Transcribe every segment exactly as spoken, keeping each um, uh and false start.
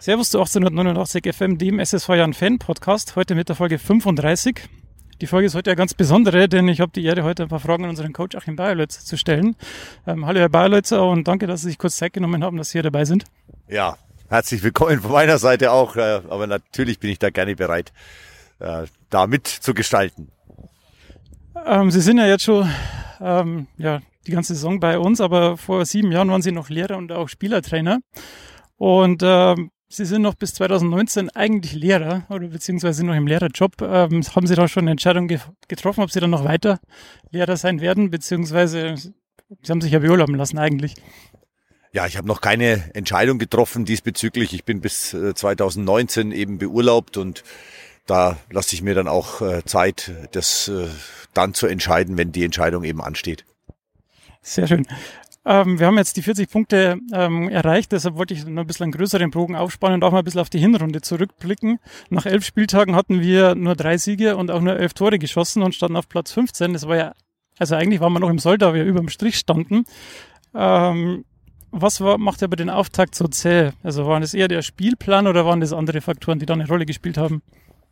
Servus zu achtzehnhundertneunundachtzig F M, dem S S V Jahren Fan Podcast, heute mit der Folge fünfunddreißig. Die Folge ist heute ja ganz besondere, denn ich habe die Ehre, heute ein paar Fragen an unseren Coach Achim Bayerlötzer zu stellen. Ähm, hallo Herr Bayerlötzer und danke, dass Sie sich kurz Zeit genommen haben, dass Sie hier dabei sind. Ja, herzlich willkommen von meiner Seite auch, äh, aber natürlich bin ich da gerne bereit, äh, da mitzugestalten. Ähm, Sie sind ja jetzt schon ähm, ja, die ganze Saison bei uns, aber vor sieben Jahren waren Sie noch Lehrer und auch Spielertrainer. Und ähm, Sie sind noch bis zweitausendneunzehn eigentlich Lehrer oder beziehungsweise noch im Lehrerjob. Ähm, haben Sie da schon eine Entscheidung ge- getroffen, ob Sie dann noch weiter Lehrer sein werden, beziehungsweise Sie haben sich ja beurlauben lassen eigentlich? Ja, ich habe noch keine Entscheidung getroffen diesbezüglich. Ich bin bis äh, zweitausendneunzehn eben beurlaubt und da lasse ich mir dann auch äh, Zeit, das äh, dann zu entscheiden, wenn die Entscheidung eben ansteht. Sehr schön. Ähm, wir haben jetzt die vierzig Punkte ähm, erreicht, deshalb wollte ich noch ein bisschen einen größeren Bogen aufspannen und auch mal ein bisschen auf die Hinrunde zurückblicken. Nach elf Spieltagen hatten wir nur drei Siege und auch nur elf Tore geschossen und standen auf Platz fünfzehn. Das war ja, also eigentlich waren wir noch im Soll, da wir über dem Strich standen. Ähm, was war, macht aber den Auftakt so zäh? Also waren das eher der Spielplan oder waren das andere Faktoren, die da eine Rolle gespielt haben?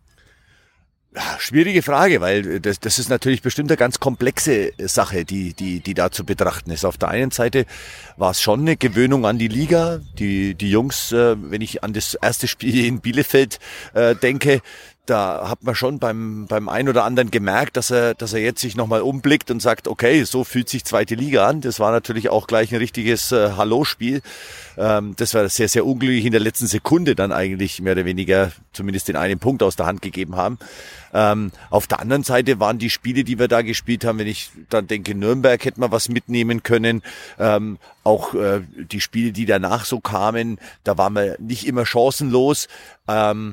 Schwierige Frage, weil das, das ist natürlich bestimmt eine ganz komplexe Sache, die, die, die da zu betrachten ist. Auf der einen Seite war es schon eine Gewöhnung an die Liga. Die, die Jungs, äh, wenn ich an das erste Spiel in Bielefeld äh, denke, da hat man schon beim, beim einen oder anderen gemerkt, dass er, dass er jetzt sich nochmal umblickt und sagt, okay, so fühlt sich zweite Liga an. Das war natürlich auch gleich ein richtiges äh, Hallo-Spiel. Ähm, das war sehr, sehr unglücklich in der letzten Sekunde dann eigentlich mehr oder weniger zumindest den einen Punkt aus der Hand gegeben haben. Ähm, auf der anderen Seite waren die Spiele, die wir da gespielt haben, wenn ich dann denke, Nürnberg hätte man was mitnehmen können. Ähm, auch äh, die Spiele, die danach so kamen, da waren wir nicht immer chancenlos. Ähm,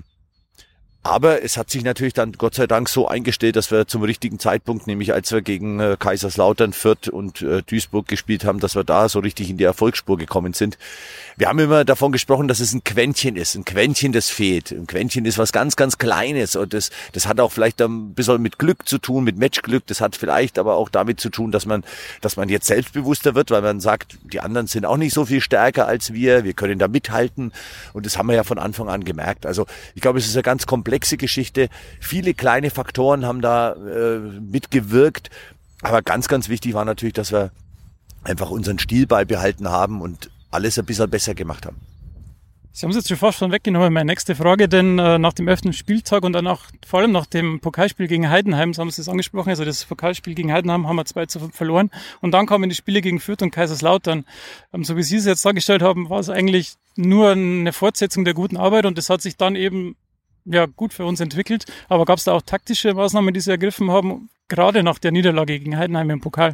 Aber es hat sich natürlich dann Gott sei Dank so eingestellt, dass wir zum richtigen Zeitpunkt, nämlich als wir gegen äh, Kaiserslautern, Fürth und äh, Duisburg gespielt haben, dass wir da so richtig in die Erfolgsspur gekommen sind. Wir haben immer davon gesprochen, dass es ein Quäntchen ist, ein Quäntchen, das fehlt. Ein Quäntchen ist was ganz, ganz Kleines und das, das hat auch vielleicht ein bisschen mit Glück zu tun, mit Matchglück. Das hat vielleicht aber auch damit zu tun, dass man, dass man jetzt selbstbewusster wird, weil man sagt, die anderen sind auch nicht so viel stärker als wir, wir können da mithalten und das haben wir ja von Anfang an gemerkt. Also ich glaube, es ist eine ganz komplexe Geschichte. Viele kleine Faktoren haben da äh, mitgewirkt, aber ganz, ganz wichtig war natürlich, dass wir einfach unseren Stil beibehalten haben und alles ein bisschen besser gemacht haben. Sie haben es jetzt schon fast schon weggenommen, meine nächste Frage, denn äh, nach dem elften Spieltag und dann auch vor allem nach dem Pokalspiel gegen Heidenheim, so haben Sie es angesprochen, also das Pokalspiel gegen Heidenheim haben wir zwei zu fünf verloren und dann kamen die Spiele gegen Fürth und Kaiserslautern. Ähm, so wie Sie es jetzt dargestellt haben, war es eigentlich nur eine Fortsetzung der guten Arbeit und das hat sich dann eben ja gut für uns entwickelt, aber gab es da auch taktische Maßnahmen, die Sie ergriffen haben, gerade nach der Niederlage gegen Heidenheim im Pokal?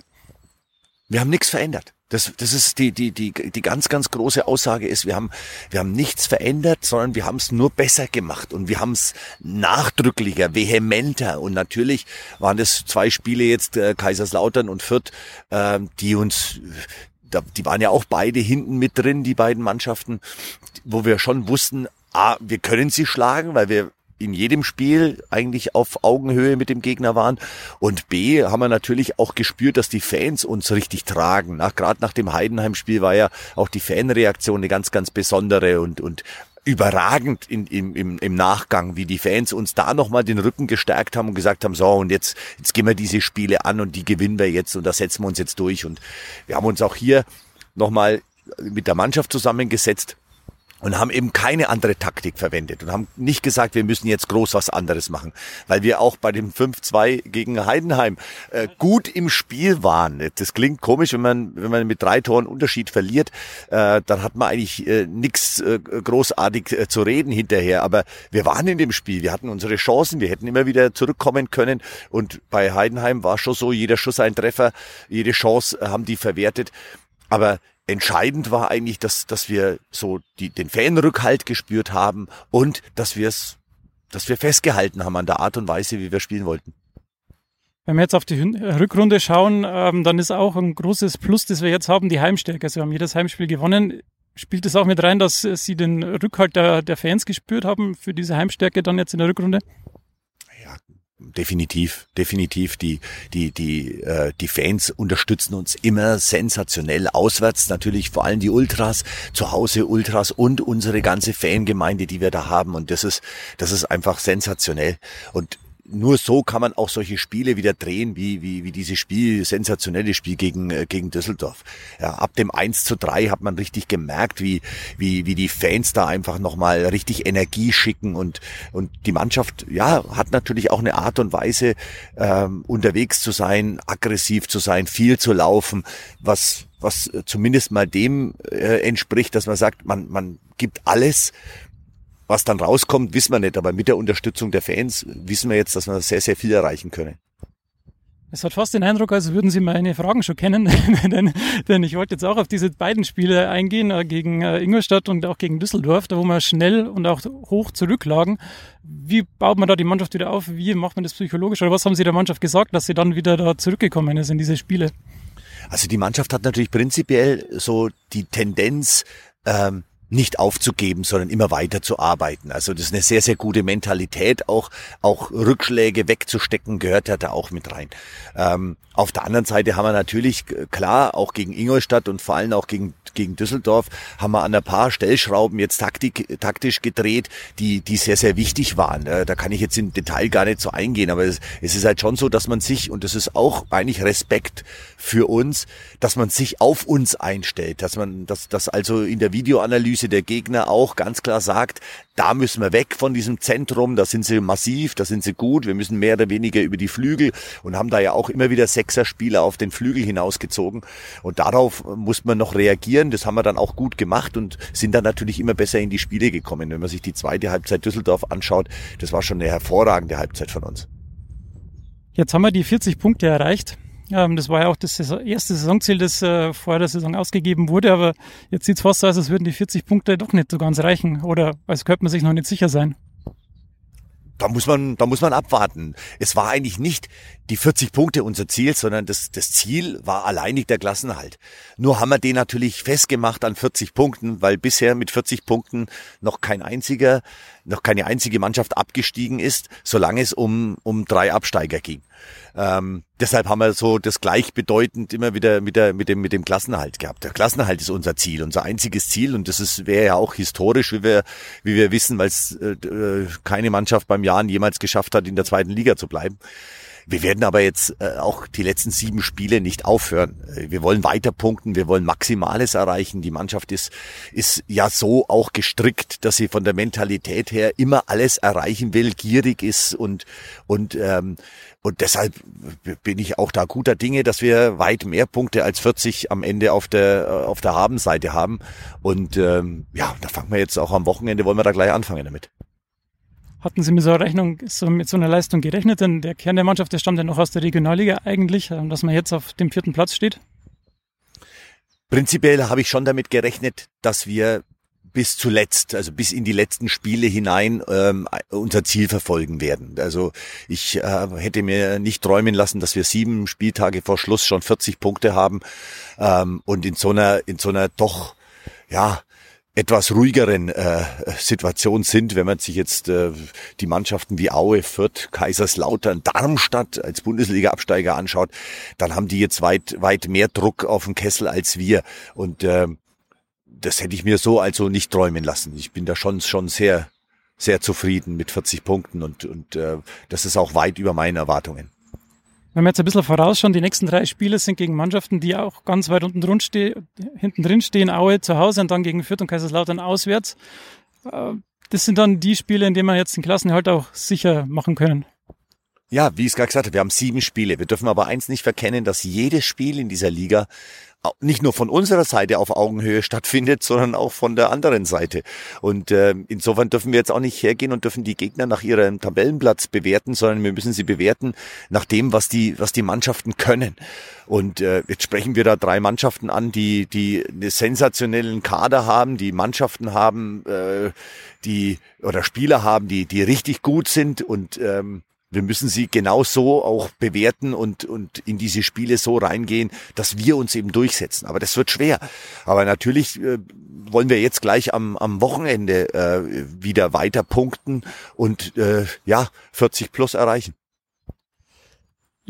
Wir haben nichts verändert. Das, das ist die, die, die, die ganz, ganz große Aussage ist, wir haben, wir haben nichts verändert, sondern wir haben es nur besser gemacht und wir haben es nachdrücklicher, vehementer und natürlich waren das zwei Spiele jetzt, äh, Kaiserslautern und Fürth, äh, die uns, die waren ja auch beide hinten mit drin, die beiden Mannschaften, wo wir schon wussten, A, wir können sie schlagen, weil wir in jedem Spiel eigentlich auf Augenhöhe mit dem Gegner waren. Und B, haben wir natürlich auch gespürt, dass die Fans uns richtig tragen. Nach, gerade nach dem Heidenheim-Spiel war ja auch die Fanreaktion eine ganz, ganz besondere und, und überragend in, im, im, im Nachgang, wie die Fans uns da nochmal den Rücken gestärkt haben und gesagt haben, so und jetzt, jetzt gehen wir diese Spiele an und die gewinnen wir jetzt und da setzen wir uns jetzt durch. Und wir haben uns auch hier nochmal mit der Mannschaft zusammengesetzt und haben eben keine andere Taktik verwendet und haben nicht gesagt, wir müssen jetzt groß was anderes machen, weil wir auch bei dem fünf zwei gegen Heidenheim äh, gut im Spiel waren. Das klingt komisch, wenn man wenn man mit drei Toren Unterschied verliert, äh, dann hat man eigentlich äh, nichts äh, großartig äh, zu reden hinterher, aber wir waren in dem Spiel, wir hatten unsere Chancen, wir hätten immer wieder zurückkommen können und bei Heidenheim war schon so, jeder Schuss ein Treffer, jede Chance äh, haben die verwertet, aber entscheidend war eigentlich, dass, dass wir so die, den Fanrückhalt gespürt haben und dass wir es, dass wir festgehalten haben an der Art und Weise, wie wir spielen wollten. Wenn wir jetzt auf die Rückrunde schauen, ähm, dann ist auch ein großes Plus, das wir jetzt haben, die Heimstärke. Also wir haben jedes Heimspiel gewonnen. Spielt es auch mit rein, dass Sie den Rückhalt der, der Fans gespürt haben für diese Heimstärke dann jetzt in der Rückrunde? Ja, Definitiv, definitiv. Die, die, die, äh, die Fans unterstützen uns immer sensationell. Auswärts natürlich vor allem die Ultras, zu Hause Ultras und unsere ganze Fangemeinde, die wir da haben. Und das ist, das ist einfach sensationell. Und nur so kann man auch solche Spiele wieder drehen, wie, wie, wie dieses Spiel, sensationelle Spiel gegen, äh, gegen Düsseldorf. Ja, ab dem eins zu drei hat man richtig gemerkt, wie, wie, wie die Fans da einfach nochmal richtig Energie schicken und, und die Mannschaft, ja, hat natürlich auch eine Art und Weise, ähm, unterwegs zu sein, aggressiv zu sein, viel zu laufen, was, was zumindest mal dem äh, entspricht, dass man sagt, man, man gibt alles. Was dann rauskommt, wissen wir nicht, aber mit der Unterstützung der Fans wissen wir jetzt, dass wir sehr, sehr viel erreichen können. Es hat fast den Eindruck, als würden Sie meine Fragen schon kennen, denn, denn ich wollte jetzt auch auf diese beiden Spiele eingehen, gegen Ingolstadt und auch gegen Düsseldorf, da wo wir schnell und auch hoch zurücklagen. Wie baut man da die Mannschaft wieder auf? Wie macht man das psychologisch? Oder was haben Sie der Mannschaft gesagt, dass sie dann wieder da zurückgekommen ist in diese Spiele? Also die Mannschaft hat natürlich prinzipiell so die Tendenz, ähm, nicht aufzugeben, sondern immer weiter zu arbeiten. Also das ist eine sehr, sehr gute Mentalität. Auch, auch Rückschläge wegzustecken gehört ja da auch mit rein. Ähm, auf der anderen Seite haben wir natürlich, klar, auch gegen Ingolstadt und vor allem auch gegen, gegen Düsseldorf haben wir an ein paar Stellschrauben jetzt taktik, taktisch gedreht, die, die sehr, sehr wichtig waren. Da kann ich jetzt im Detail gar nicht so eingehen, aber es, es ist halt schon so, dass man sich, und das ist auch eigentlich Respekt für uns, dass man sich auf uns einstellt, dass man, dass, dass also in der Videoanalyse der Gegner auch ganz klar sagt, da müssen wir weg von diesem Zentrum, da sind sie massiv, da sind sie gut, wir müssen mehr oder weniger über die Flügel und haben da ja auch immer wieder Sechser-Spieler auf den Flügel hinausgezogen und darauf muss man noch reagieren, das haben wir dann auch gut gemacht und sind dann natürlich immer besser in die Spiele gekommen. Wenn man sich die zweite Halbzeit Düsseldorf anschaut, das war schon eine hervorragende Halbzeit von uns. Jetzt haben wir die vierzig Punkte erreicht. Das war ja auch das erste Saisonziel, das äh, vor der Saison ausgegeben wurde, aber jetzt sieht es fast so aus, als würden die vierzig Punkte doch nicht so ganz reichen oder als könnte man sich noch nicht sicher sein. Da muss man, da muss man abwarten. Es war eigentlich nicht die vierzig Punkte unser Ziel, sondern das, das Ziel war alleinig der Klassenerhalt. Nur haben wir den natürlich festgemacht an vierzig Punkten, weil bisher mit vierzig Punkten noch kein einziger, noch keine einzige Mannschaft abgestiegen ist, solange es um, um drei Absteiger ging. Ähm, deshalb haben wir so das gleichbedeutend immer wieder mit, der, mit, dem, mit dem Klassenerhalt gehabt. Der Klassenerhalt ist unser Ziel, unser einziges Ziel und das ist wäre ja auch historisch, wie wir, wie wir wissen, weil es äh, keine Mannschaft beim Jahren jemals geschafft hat, in der zweiten Liga zu bleiben. Wir werden aber jetzt äh, auch die letzten sieben Spiele nicht aufhören. Wir wollen weiter punkten, wir wollen Maximales erreichen. Die Mannschaft ist ist ja so auch gestrickt, dass sie von der Mentalität her immer alles erreichen will, gierig ist und und ähm, und deshalb bin ich auch da guter Dinge, dass wir weit mehr Punkte als vierzig am Ende auf der auf der Habenseite haben. Und ähm, ja, da fangen wir jetzt auch am Wochenende, wollen wir da gleich anfangen damit. Hatten Sie mit so einer Rechnung, so mit so einer Leistung gerechnet? Denn der Kern der Mannschaft, der stammt ja noch aus der Regionalliga eigentlich, dass man jetzt auf dem vierten Platz steht? Prinzipiell habe ich schon damit gerechnet, dass wir bis zuletzt, also bis in die letzten Spiele hinein ähm, unser Ziel verfolgen werden. Also ich äh, hätte mir nicht träumen lassen, dass wir sieben Spieltage vor Schluss schon vierzig Punkte haben ähm, und in so einer in so einer doch ja etwas ruhigeren äh, Situation sind, wenn man sich jetzt äh, die Mannschaften wie Aue, Fürth, Kaiserslautern, Darmstadt als Bundesliga-Absteiger anschaut, dann haben die jetzt weit weit mehr Druck auf den Kessel als wir und äh, das hätte ich mir so also nicht träumen lassen. Ich bin da schon schon sehr sehr zufrieden mit vierzig Punkten und und äh, das ist auch weit über meine Erwartungen. Wenn wir jetzt ein bisschen vorausschauen, die nächsten drei Spiele sind gegen Mannschaften, die auch ganz weit unten drin stehen, hinten drin stehen, Aue zu Hause und dann gegen Fürth und Kaiserslautern auswärts. Das sind dann die Spiele, in denen wir jetzt den Klassenerhalt auch sicher machen können. Ja, wie ich es gerade gesagt habe, wir haben sieben Spiele. Wir dürfen aber eins nicht verkennen, dass jedes Spiel in dieser Liga nicht nur von unserer Seite auf Augenhöhe stattfindet, sondern auch von der anderen Seite. Und äh, insofern dürfen wir jetzt auch nicht hergehen und dürfen die Gegner nach ihrem Tabellenplatz bewerten, sondern wir müssen sie bewerten nach dem, was die was die Mannschaften können. Und äh, jetzt sprechen wir da drei Mannschaften an, die die einen sensationellen Kader haben, die Mannschaften haben, äh, die oder Spieler haben, die die richtig gut sind und ähm, wir müssen sie genau so auch bewerten und, und in diese Spiele so reingehen, dass wir uns eben durchsetzen. Aber das wird schwer. Aber natürlich äh, wollen wir jetzt gleich am, am Wochenende äh, wieder weiter punkten und äh, ja vierzig plus erreichen.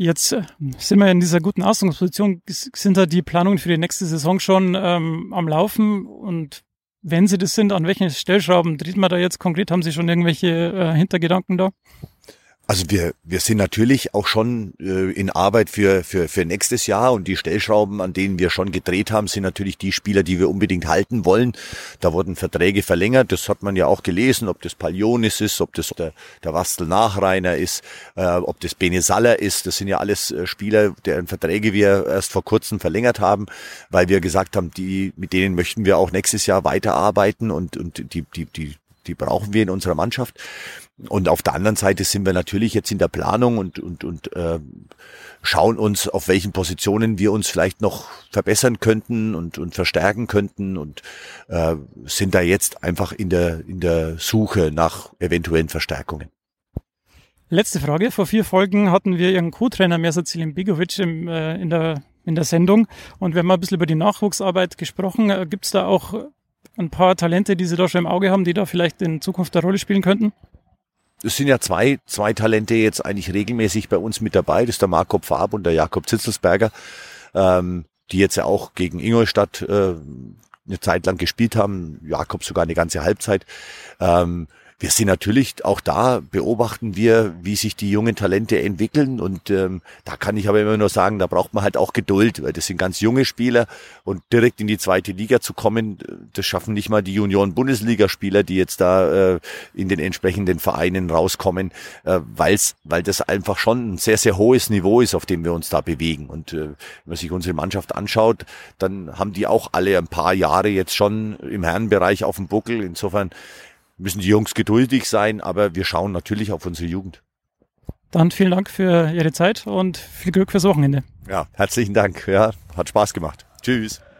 Jetzt äh, sind wir in dieser guten Ausgangsposition. Sind da die Planungen für die nächste Saison schon ähm, am Laufen? Und wenn sie das sind, an welchen Stellschrauben dreht man da jetzt konkret? Haben Sie schon irgendwelche äh, Hintergedanken da? Also wir wir sind natürlich auch schon äh, in Arbeit für für für nächstes Jahr, und die Stellschrauben, an denen wir schon gedreht haben, sind natürlich die Spieler, die wir unbedingt halten wollen. Da wurden Verträge verlängert, das hat man ja auch gelesen, ob das Palionis ist, ob das der der Wastel Nachreiner ist, äh, ob das Bene Saller ist. Das sind ja alles äh, Spieler, deren Verträge wir erst vor kurzem verlängert haben, weil wir gesagt haben, die mit denen möchten wir auch nächstes Jahr weiterarbeiten, und und die die die die brauchen wir in unserer Mannschaft. Und auf der anderen Seite sind wir natürlich jetzt in der Planung und und und äh, schauen uns, auf welchen Positionen wir uns vielleicht noch verbessern könnten und und verstärken könnten, und äh, sind da jetzt einfach in der in der Suche nach eventuellen Verstärkungen. Letzte Frage. Vor vier Folgen hatten wir Ihren Co-Trainer Mirsad Selimbegovic im, äh, in der in der Sendung, und wir haben mal ein bisschen über die Nachwuchsarbeit gesprochen. Gibt es da auch ein paar Talente, die Sie da schon im Auge haben, die da vielleicht in Zukunft eine Rolle spielen könnten? Es sind ja zwei, zwei Talente jetzt eigentlich regelmäßig bei uns mit dabei. Das ist der Marco Pfab und der Jakob Zitzelsberger, ähm, die jetzt ja auch gegen Ingolstadt äh, eine Zeit lang gespielt haben. Jakob sogar eine ganze Halbzeit. Ähm, Wir sind natürlich auch da, beobachten wir, wie sich die jungen Talente entwickeln, und ähm, da kann ich aber immer nur sagen, da braucht man halt auch Geduld, weil das sind ganz junge Spieler, und direkt in die zweite Liga zu kommen, das schaffen nicht mal die Junioren-Bundesligaspieler, die jetzt da äh, in den entsprechenden Vereinen rauskommen, äh, weil's, weil das einfach schon ein sehr, sehr hohes Niveau ist, auf dem wir uns da bewegen. Und äh, wenn man sich unsere Mannschaft anschaut, dann haben die auch alle ein paar Jahre jetzt schon im Herrenbereich auf dem Buckel. Insofern müssen die Jungs geduldig sein, aber wir schauen natürlich auf unsere Jugend. Dann vielen Dank für Ihre Zeit und viel Glück fürs Wochenende. Ja, herzlichen Dank. Ja, hat Spaß gemacht. Tschüss.